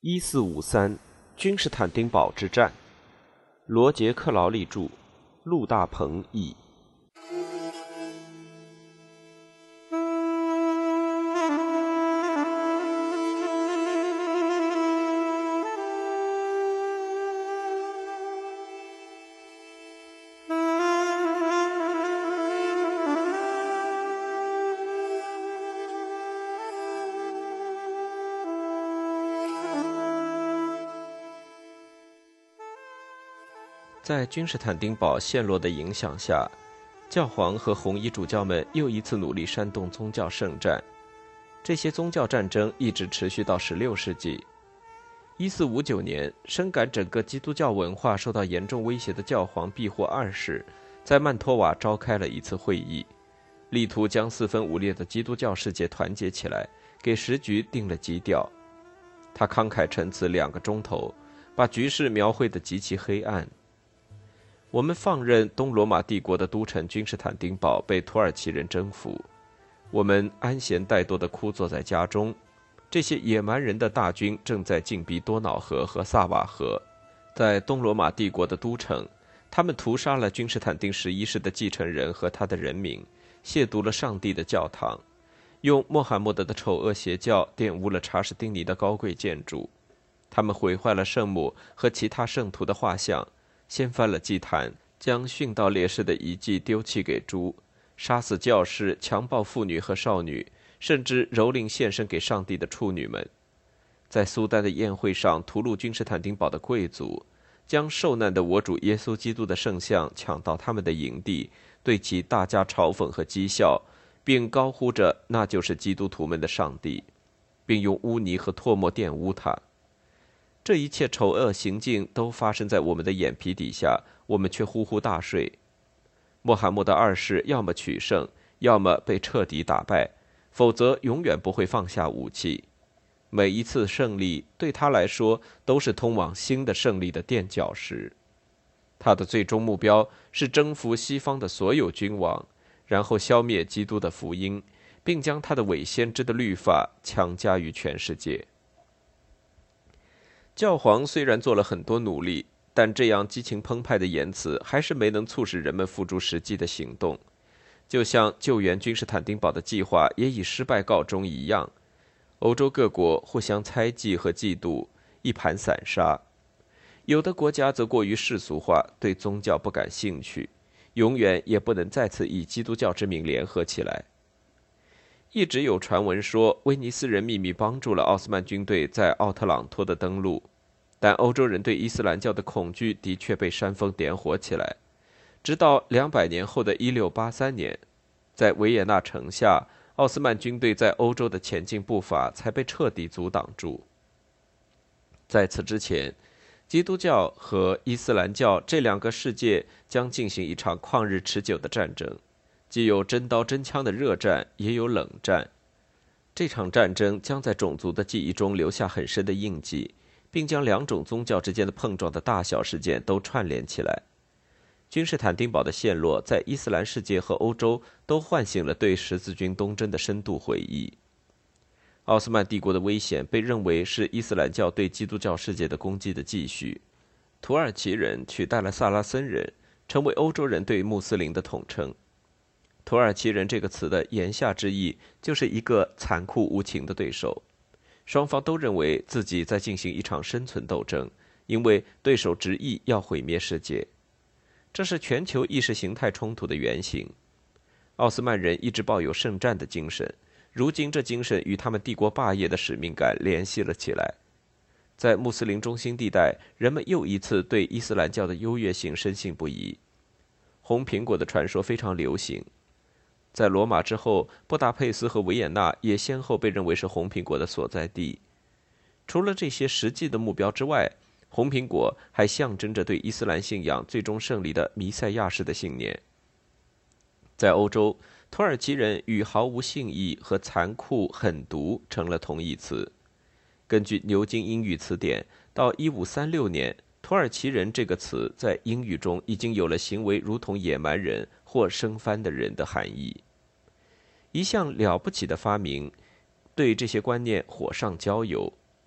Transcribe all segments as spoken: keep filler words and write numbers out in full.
一四五三君士坦丁堡之战，罗杰·克劳利著，陆大鹏译。在君士坦丁堡陷落的影响下，教皇和红衣主教们又一次努力煽动宗教圣战。这些宗教战争一直持续到十六世纪。一四五九年，深感整个基督教文化受到严重威胁的教皇庇护二世，在曼托瓦召开了一次会议，力图将四分五裂的基督教世界团结起来，给时局定了基调。他慷慨陈词两个钟头，把局势描绘得极其黑暗。我们放任东罗马帝国的都城君士坦丁堡被土耳其人征服，我们安闲怠惰地枯坐在家中。这些野蛮人的大军正在进逼多瑙河和萨瓦河。在东罗马帝国的都城，他们屠杀了君士坦丁十一世的继承人和他的人民，亵渎了上帝的教堂，用穆罕默德的丑恶邪教玷污了查士丁尼的高贵建筑。他们毁坏了圣母和其他圣徒的画像，掀翻了祭坛，将殉道烈士的遗迹丢弃给猪，杀死教士，强暴妇女和少女，甚至蹂躏献身给上帝的处女们。在苏丹的宴会上屠戮君士坦丁堡的贵族，将受难的我主耶稣基督的圣像抢到他们的营地，对其大加嘲讽和讥笑，并高呼着那就是基督徒们的上帝，并用污泥和唾沫玷污他。这一切丑恶行径都发生在我们的眼皮底下，我们却呼呼大睡。穆罕默德二世要么取胜，要么被彻底打败，否则永远不会放下武器。每一次胜利对他来说都是通往新的胜利的垫脚石。他的最终目标是征服西方的所有君王，然后消灭基督的福音，并将他的伪先知的律法强加于全世界。教皇虽然做了很多努力，但这样激情澎湃的言辞还是没能促使人们付诸实际的行动。就像救援君士坦丁堡的计划也以失败告终一样，欧洲各国互相猜忌和嫉妒，一盘散沙。有的国家则过于世俗化，对宗教不感兴趣，永远也不能再次以基督教之名联合起来。一直有传闻说，威尼斯人秘密帮助了奥斯曼军队在奥特朗托的登陆，但欧洲人对伊斯兰教的恐惧的确被煽风点火起来。直到两百年后的一六八三年，在维也纳城下，奥斯曼军队在欧洲的前进步伐才被彻底阻挡住。在此之前，基督教和伊斯兰教这两个世界将进行一场旷日持久的战争，既有真刀真枪的热战，也有冷战。这场战争将在种族的记忆中留下很深的印记，并将两种宗教之间的碰撞的大小事件都串联起来。君士坦丁堡的陷落在伊斯兰世界和欧洲都唤醒了对十字军东征的深度回忆。奥斯曼帝国的危险被认为是伊斯兰教对基督教世界的攻击的继续。土耳其人取代了萨拉森人，成为欧洲人对穆斯林的统称。土耳其人这个词的言下之意就是一个残酷无情的对手，双方都认为自己在进行一场生存斗争，因为对手执意要毁灭世界。这是全球意识形态冲突的原型。奥斯曼人一直抱有圣战的精神，如今这精神与他们帝国霸业的使命感联系了起来。在穆斯林中心地带，人们又一次对伊斯兰教的优越性深信不疑。红苹果的传说非常流行。在罗马之后，布达佩斯和维也纳也先后被认为是红苹果的所在地。除了这些实际的目标之外，红苹果还象征着对伊斯兰信仰最终胜利的弥赛亚式的信念。在欧洲，土耳其人与毫无信义和残酷狠毒成了同义词。根据牛津英语词典，到一五三六年，土耳其人这个词在英语中已经有了行为如同野蛮人或生番的人的含义。一项了不起的发明对这些观念火上浇油。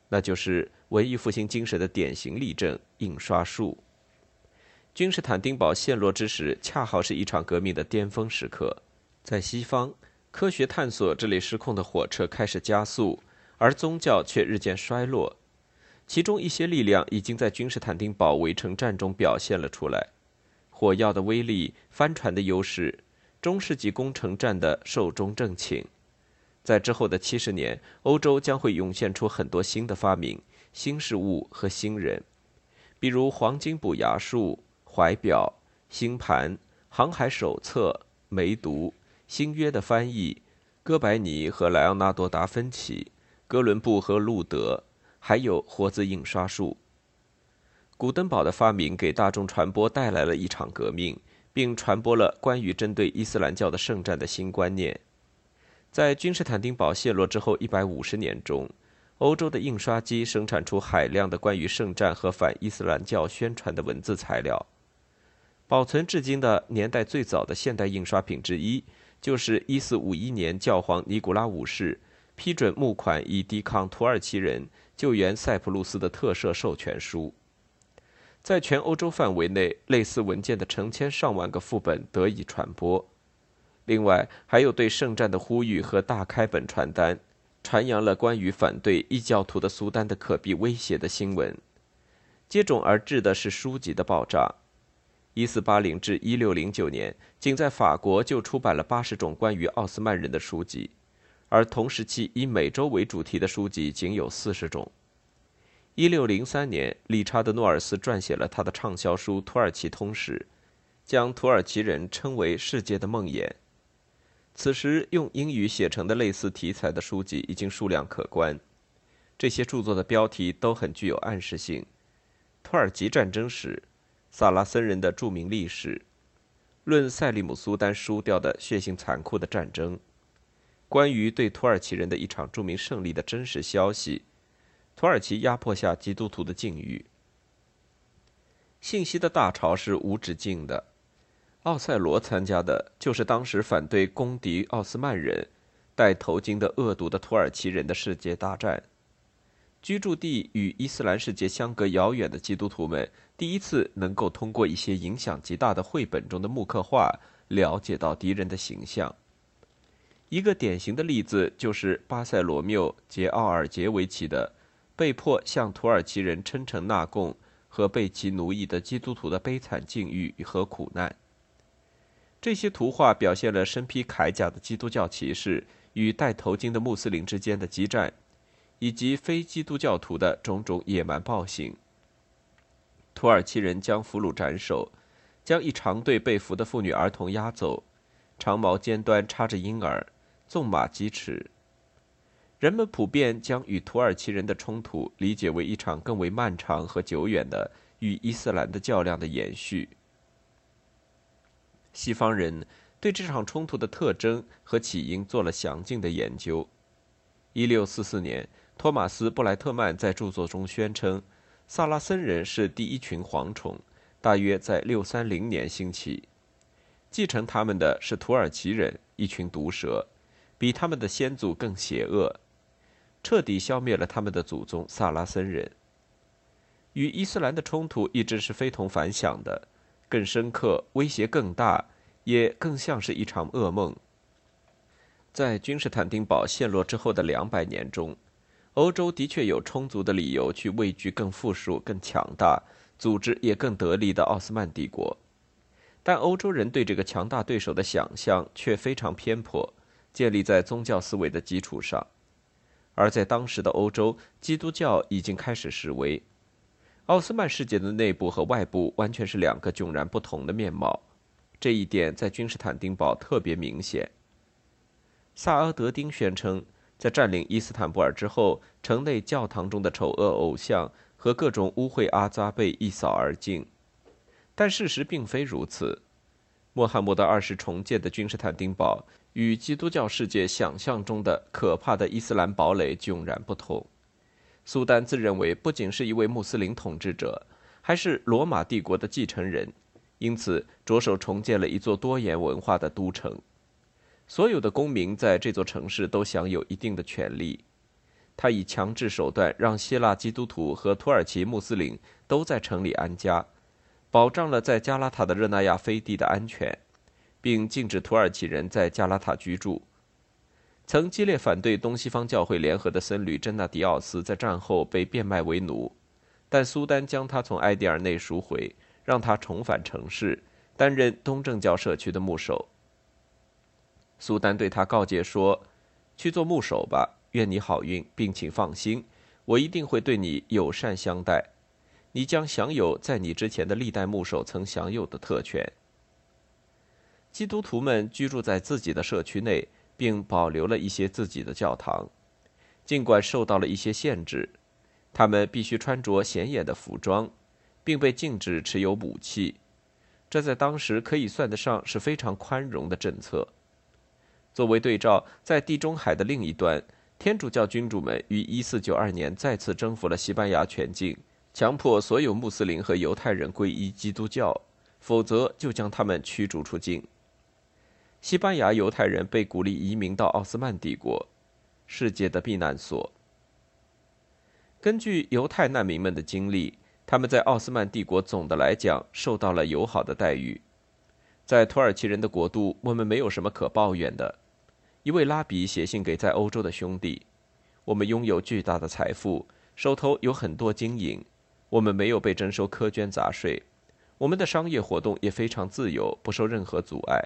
那就是文艺复兴精神的典型例证——印刷术。君士坦丁堡陷落之时，恰好是一场革命的巅峰时刻。在西方，科学探索这类失控的火车开始加速，而宗教却日渐衰落。其中一些力量已经在君士坦丁堡围城战中表现了出来：火药的威力、帆船的优势、中世纪攻城战的寿终正寝。在之后的七十年，欧洲将会涌现出很多新的发明、新事物和新人，比如黄金补牙术、怀表、星盘、航海手册、梅毒、新约的翻译、哥白尼和莱昂纳多·达芬奇、哥伦布和路德，还有活字印刷术。古登堡的发明给大众传播带来了一场革命，并传播了关于针对伊斯兰教的圣战的新观念。在君士坦丁堡陷落之后一百五十年中，欧洲的印刷机生产出海量的关于圣战和反伊斯兰教宣传的文字材料。保存至今的年代最早的现代印刷品之一，就是一四五一年教皇尼古拉五世批准募款以抵抗土耳其人救援塞浦路斯的特赦授权书。在全欧洲范围内，类似文件的成千上万个副本得以传播。另外，还有对圣战的呼吁和大开本传单，传扬了关于反对异教徒的苏丹的可避威胁的新闻。接踵而至的是书籍的爆炸。一四八零至一六零九年，仅在法国就出版了八十种关于奥斯曼人的书籍，而同时期以美洲为主题的书籍仅有四十种。一六零三年，理查德·诺尔斯撰写了他的畅销书《土耳其通史》，将土耳其人称为世界的梦魇。此时用英语写成的类似题材的书籍已经数量可观，这些著作的标题都很具有暗示性：土耳其战争史、萨拉森人的著名历史、论塞利姆苏丹输掉的血腥残酷的战争、关于对土耳其人的一场著名胜利的真实消息、土耳其压迫下基督徒的境遇。信息的大潮是无止境的。奥赛罗参加的就是当时反对攻敌奥斯曼人、戴头巾的恶毒的土耳其人的世界大战。居住地与伊斯兰世界相隔遥远的基督徒们，第一次能够通过一些影响极大的绘本中的木刻画，了解到敌人的形象。一个典型的例子就是巴塞罗缪·杰奥尔杰维奇的被迫向土耳其人称臣纳贡和被其奴役的基督徒的悲惨境遇和苦难。这些图画表现了身披铠甲的基督教骑士与戴头巾的穆斯林之间的激战，以及非基督教徒的种种野蛮暴行。土耳其人将俘虏斩首，将一长队被俘的妇女儿童押走，长矛尖端插着婴儿，纵马疾驰。人们普遍将与土耳其人的冲突理解为一场更为漫长和久远的与伊斯兰的较量的延续。西方人对这场冲突的特征和起因做了详尽的研究。一六四四年，托马斯·布莱特曼在著作中宣称，萨拉森人是第一群蝗虫，大约在六三零年兴起。继承他们的是土耳其人，一群毒蛇，比他们的先祖更邪恶，彻底消灭了他们的祖宗萨拉森人。与伊斯兰的冲突一直是非同凡响的，更深刻，威胁更大，也更像是一场噩梦。在君士坦丁堡陷落之后的两百年中，欧洲的确有充足的理由去畏惧更富庶、更强大、组织也更得力的奥斯曼帝国。但欧洲人对这个强大对手的想象却非常偏颇，建立在宗教思维的基础上。而在当时的欧洲，基督教已经开始式微。奥斯曼世界的内部和外部完全是两个迥然不同的面貌，这一点在君士坦丁堡特别明显。萨阿德丁宣称，在占领伊斯坦布尔之后，城内教堂中的丑恶偶像和各种污秽阿扎被一扫而尽。但事实并非如此。穆罕默德二世重建的君士坦丁堡与基督教世界想象中的可怕的伊斯兰堡垒迥然不同。苏丹自认为不仅是一位穆斯林统治者，还是罗马帝国的继承人，因此着手重建了一座多元文化的都城。所有的公民在这座城市都享有一定的权利。 他以强制手段让希腊基督徒和土耳其穆斯林都在城里安家，保障了在加拉塔的热那亚飞地的安全，并禁止土耳其人在加拉塔居住。曾激烈反对东西方教会联合的僧侣真纳迪奥斯在战后被变卖为奴，但苏丹将他从埃迪尔内赎回，让他重返城市，担任东正教社区的牧首。苏丹对他告诫说：“去做牧首吧，愿你好运，并请放心，我一定会对你友善相待。你将享有在你之前的历代牧首曾享有的特权。”基督徒们居住在自己的社区内，并保留了一些自己的教堂，尽管受到了一些限制，他们必须穿着显眼的服装，并被禁止持有武器。这在当时可以算得上是非常宽容的政策。作为对照，在地中海的另一端，天主教君主们于一四九二年再次征服了西班牙全境，强迫所有穆斯林和犹太人皈依基督教，否则就将他们驱逐出境。西班牙犹太人被鼓励移民到奥斯曼帝国，世界的避难所。根据犹太难民们的经历，他们在奥斯曼帝国总的来讲受到了友好的待遇。在土耳其人的国度，我们没有什么可抱怨的。一位拉比写信给在欧洲的兄弟：“我们拥有巨大的财富，手头有很多金银，我们没有被征收苛捐杂税，我们的商业活动也非常自由，不受任何阻碍。”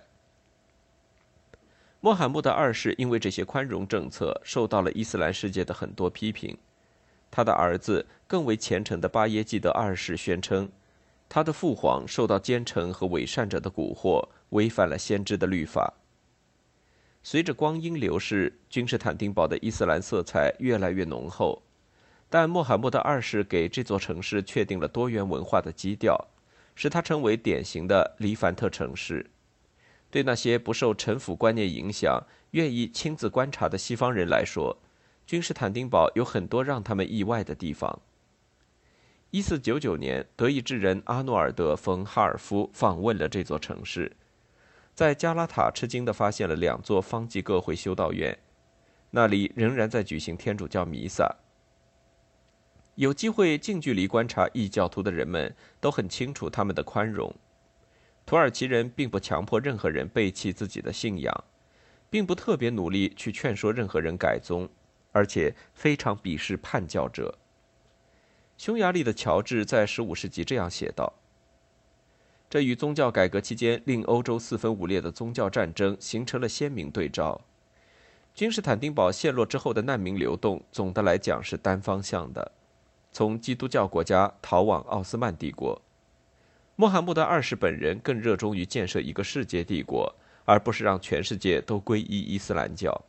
穆罕默德二世因为这些宽容政策受到了伊斯兰世界的很多批评。他的儿子更为虔诚的巴耶济德二世宣称，他的父皇受到奸臣和伪善者的蛊惑，违反了先知的律法。随着光阴流逝，君士坦丁堡的伊斯兰色彩越来越浓厚，但穆罕默德二世给这座城市确定了多元文化的基调，使它成为典型的黎凡特城市。对那些不受臣服观念影响、愿意亲自观察的西方人来说，君士坦丁堡有很多让他们意外的地方。一四九九年，德意志人阿诺尔德·冯·哈尔夫访问了这座城市，在加拉塔吃惊地发现了两座方济各会修道院，那里仍然在举行天主教弥撒。有机会近距离观察异教徒的人们都很清楚他们的宽容。土耳其人并不强迫任何人背弃自己的信仰，并不特别努力去劝说任何人改宗，而且非常鄙视叛教者。匈牙利的乔治在十五世纪这样写道：“这与宗教改革期间令欧洲四分五裂的宗教战争形成了鲜明对照。君士坦丁堡陷落之后的难民流动，总的来讲是单方向的，从基督教国家逃往奥斯曼帝国。穆罕默德二世本人更热衷于建设一个世界帝国，而不是让全世界都皈依伊斯兰教。”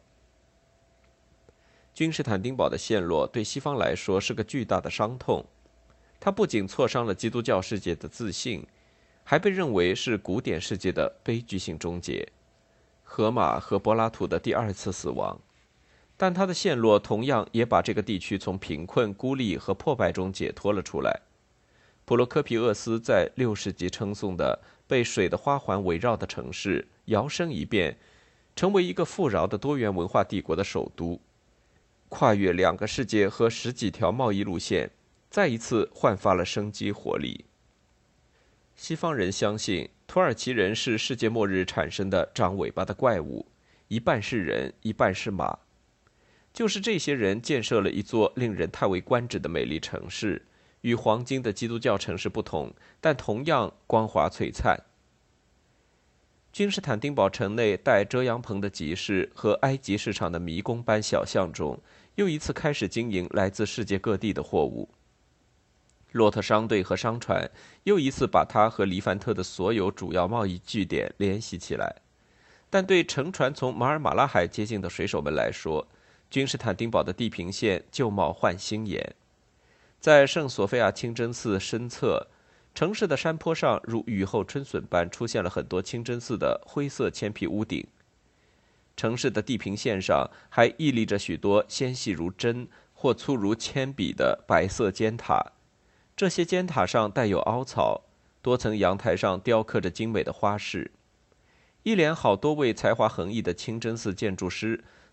君士坦丁堡的陷落对西方来说是个巨大的伤痛，它不仅挫伤了基督教世界的自信，还被认为是古典世界的悲剧性终结，荷马和柏拉图的第二次死亡。但它的陷落同样也把这个地区从贫困、孤立和破败中解脱了出来。普罗科皮厄斯在六世纪称颂的被水的花环围绕的城市摇身一变，成为一个富饶的多元文化帝国的首都，跨越两个世界和十几条贸易路线，再一次焕发了生机活力。西方人相信土耳其人是世界末日产生的长尾巴的怪物，一半是人，一半是马。就是这些人建设了一座令人叹为观止的美丽城市，与黄金的基督教城市不同，但同样光华璀璨。君士坦丁堡城内带遮阳棚的集市和埃及市场的迷宫般小巷中，又一次开始经营来自世界各地的货物。骆特商队和商船又一次把它和黎凡特的所有主要贸易据点联系起来。但对乘船从马尔马拉海接近的水手们来说，君士坦丁堡的地平线旧貌换新颜。在圣索菲亚清真寺深侧，城市的山坡上如雨后春笋般出现了很多清真寺的灰色铅皮屋顶。城市的地平线上还屹立着许多纤细如针或粗如铅笔的白色尖塔，这些尖塔上带有凹槽，多层阳台上雕刻着精美的花饰。一连好多位才华横溢的清真寺建筑师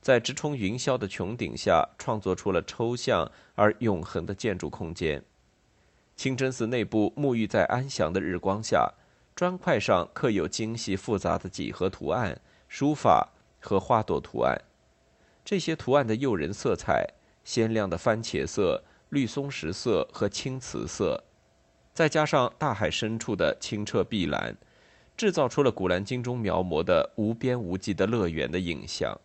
在直冲云霄的穹顶下创作出了抽象而永恒的建筑空间。清真寺内部沐浴在安详的日光下，砖块上刻有精细复杂的几何图案、书法和花朵图案。这些图案的诱人色彩、鲜亮的番茄色、绿松石色和青瓷色，再加上大海深处的清澈碧蓝，制造出了《古兰经》中描摹的无边无际的乐园的影像。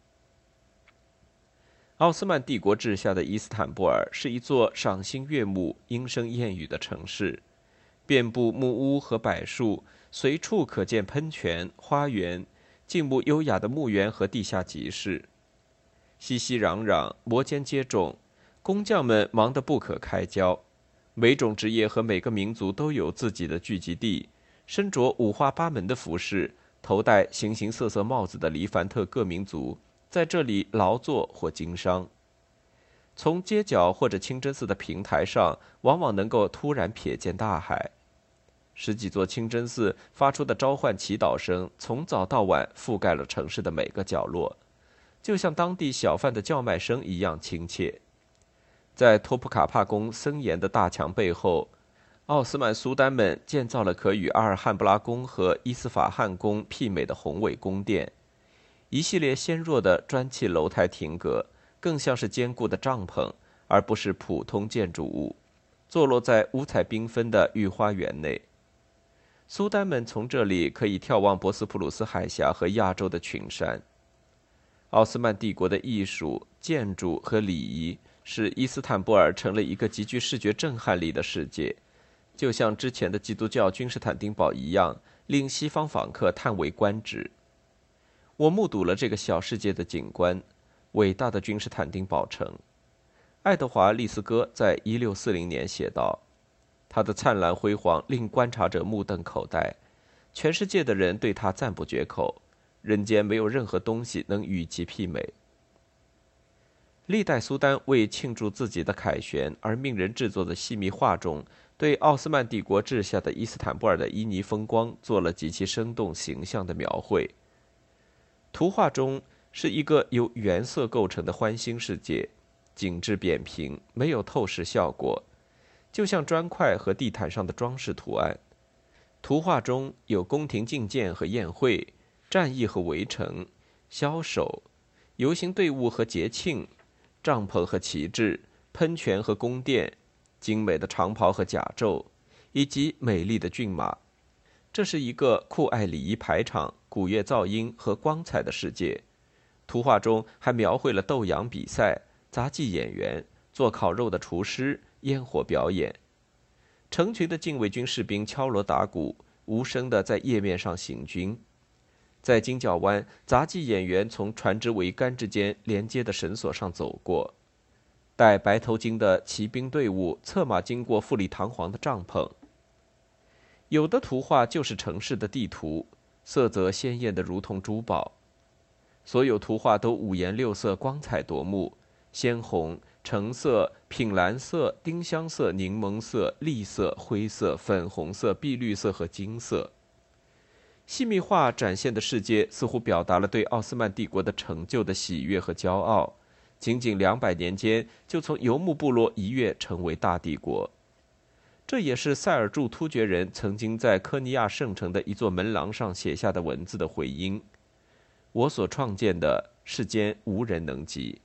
奥斯曼帝国治下的伊斯坦布尔是一座赏心悦目、莺声燕语的城市，遍布木屋和柏树，随处可见喷泉、花园、静穆优雅的墓园和地下集市。熙熙攘攘，摩肩接踵，工匠们忙得不可开交。每种职业和每个民族都有自己的聚集地，身着五花八门的服饰、头戴形形色色帽子的黎凡特各民族在这里劳作或经商。从街角或者清真寺的平台上，往往能够突然瞥见大海。十几座清真寺发出的召唤祈祷声，从早到晚覆盖了城市的每个角落，就像当地小贩的叫卖声一样亲切。在托普卡帕宫森严的大墙背后，奥斯曼苏丹们建造了可与阿尔汉布拉宫和伊斯法罕宫媲美的宏伟宫殿。一系列纤弱的砖砌楼台亭阁，更像是坚固的帐篷，而不是普通建筑物，坐落在五彩缤纷的御花园内。苏丹们从这里可以眺望博斯普鲁斯海峡和亚洲的群山。奥斯曼帝国的艺术、建筑和礼仪使伊斯坦布尔成了一个极具视觉震撼力的世界，就像之前的基督教君士坦丁堡一样，令西方访客叹为观止。我目睹了这个小世界的景观，伟大的君士坦丁堡城。爱德华·利斯哥在一六四零年写道：“它的灿烂辉煌令观察者目瞪口呆，全世界的人对它赞不绝口，人间没有任何东西能与其媲美。”历代苏丹为庆祝自己的凯旋而命人制作的细密画中，对奥斯曼帝国治下的伊斯坦布尔的旖旎风光做了极其生动形象的描绘。图画中是一个由原色构成的欢欣世界，景致扁平，没有透视效果，就像砖块和地毯上的装饰图案。图画中有宫廷觐见和宴会、战役和围城、枭首、游行队伍和节庆、帐篷和旗帜、喷泉和宫殿、精美的长袍和甲胄，以及美丽的骏马。这是一个酷爱礼仪排场、鼓乐噪音和光彩的世界。图画中还描绘了斗羊比赛、杂技演员、做烤肉的厨师、烟火表演。成群的禁卫军士兵敲锣打鼓，无声地在叶面上行军。在金角湾，杂技演员从船只桅杆之间连接的绳索上走过。戴白头巾的骑兵队伍策马经过富丽堂皇的帐篷。有的图画就是城市的地图，色泽鲜艳的如同珠宝。所有图画都五颜六色，光彩夺目，鲜红、橙色、品蓝色、丁香色、柠檬色、栗色、灰色、粉红色、碧绿色和金色。细密画展现的世界似乎表达了对奥斯曼帝国的成就的喜悦和骄傲，仅仅两百年间就从游牧部落一跃成为大帝国。这也是塞尔柱突厥人曾经在科尼亚圣城的一座门廊上写下的文字的回音：我所创建的，世间无人能及。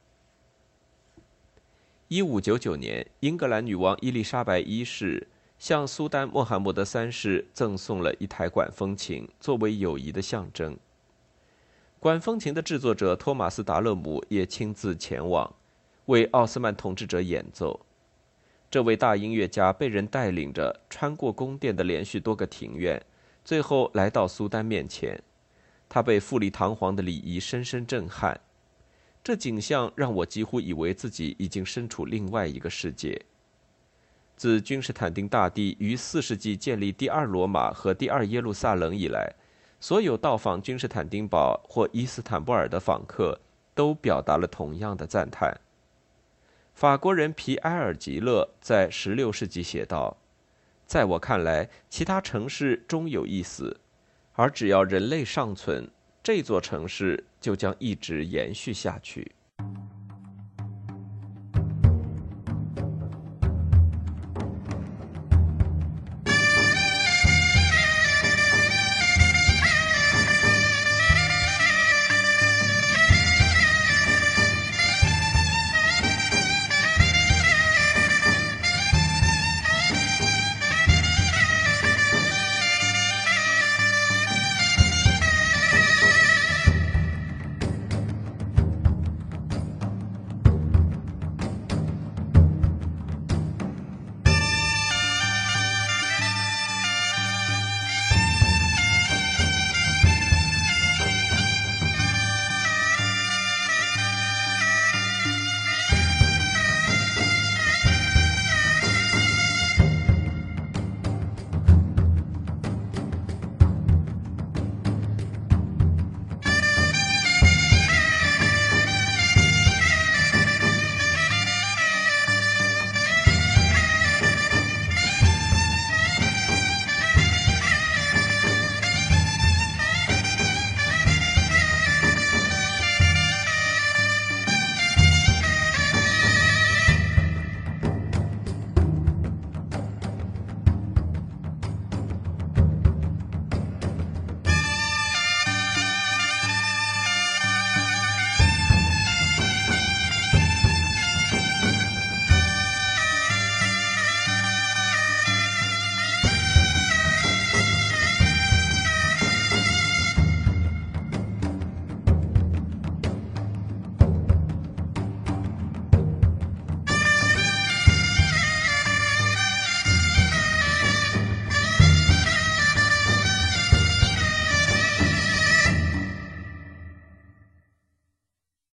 一五九九年，英格兰女王伊丽莎白一世向苏丹穆罕默德三世赠送了一台管风琴，作为友谊的象征。管风琴的制作者托马斯·达勒姆也亲自前往，为奥斯曼统治者演奏。这位大音乐家被人带领着穿过宫殿的连续多个庭院，最后来到苏丹面前。他被富丽堂皇的礼仪深深震撼，这景象让我几乎以为自己已经身处另外一个世界。自君士坦丁大帝于四世纪建立第二罗马和第二耶路撒冷以来，所有到访君士坦丁堡或伊斯坦布尔的访客都表达了同样的赞叹。法国人皮埃尔吉勒在十六世纪写道：“在我看来，其他城市终有一死，而只要人类尚存， 这座城市就将一直延续下去。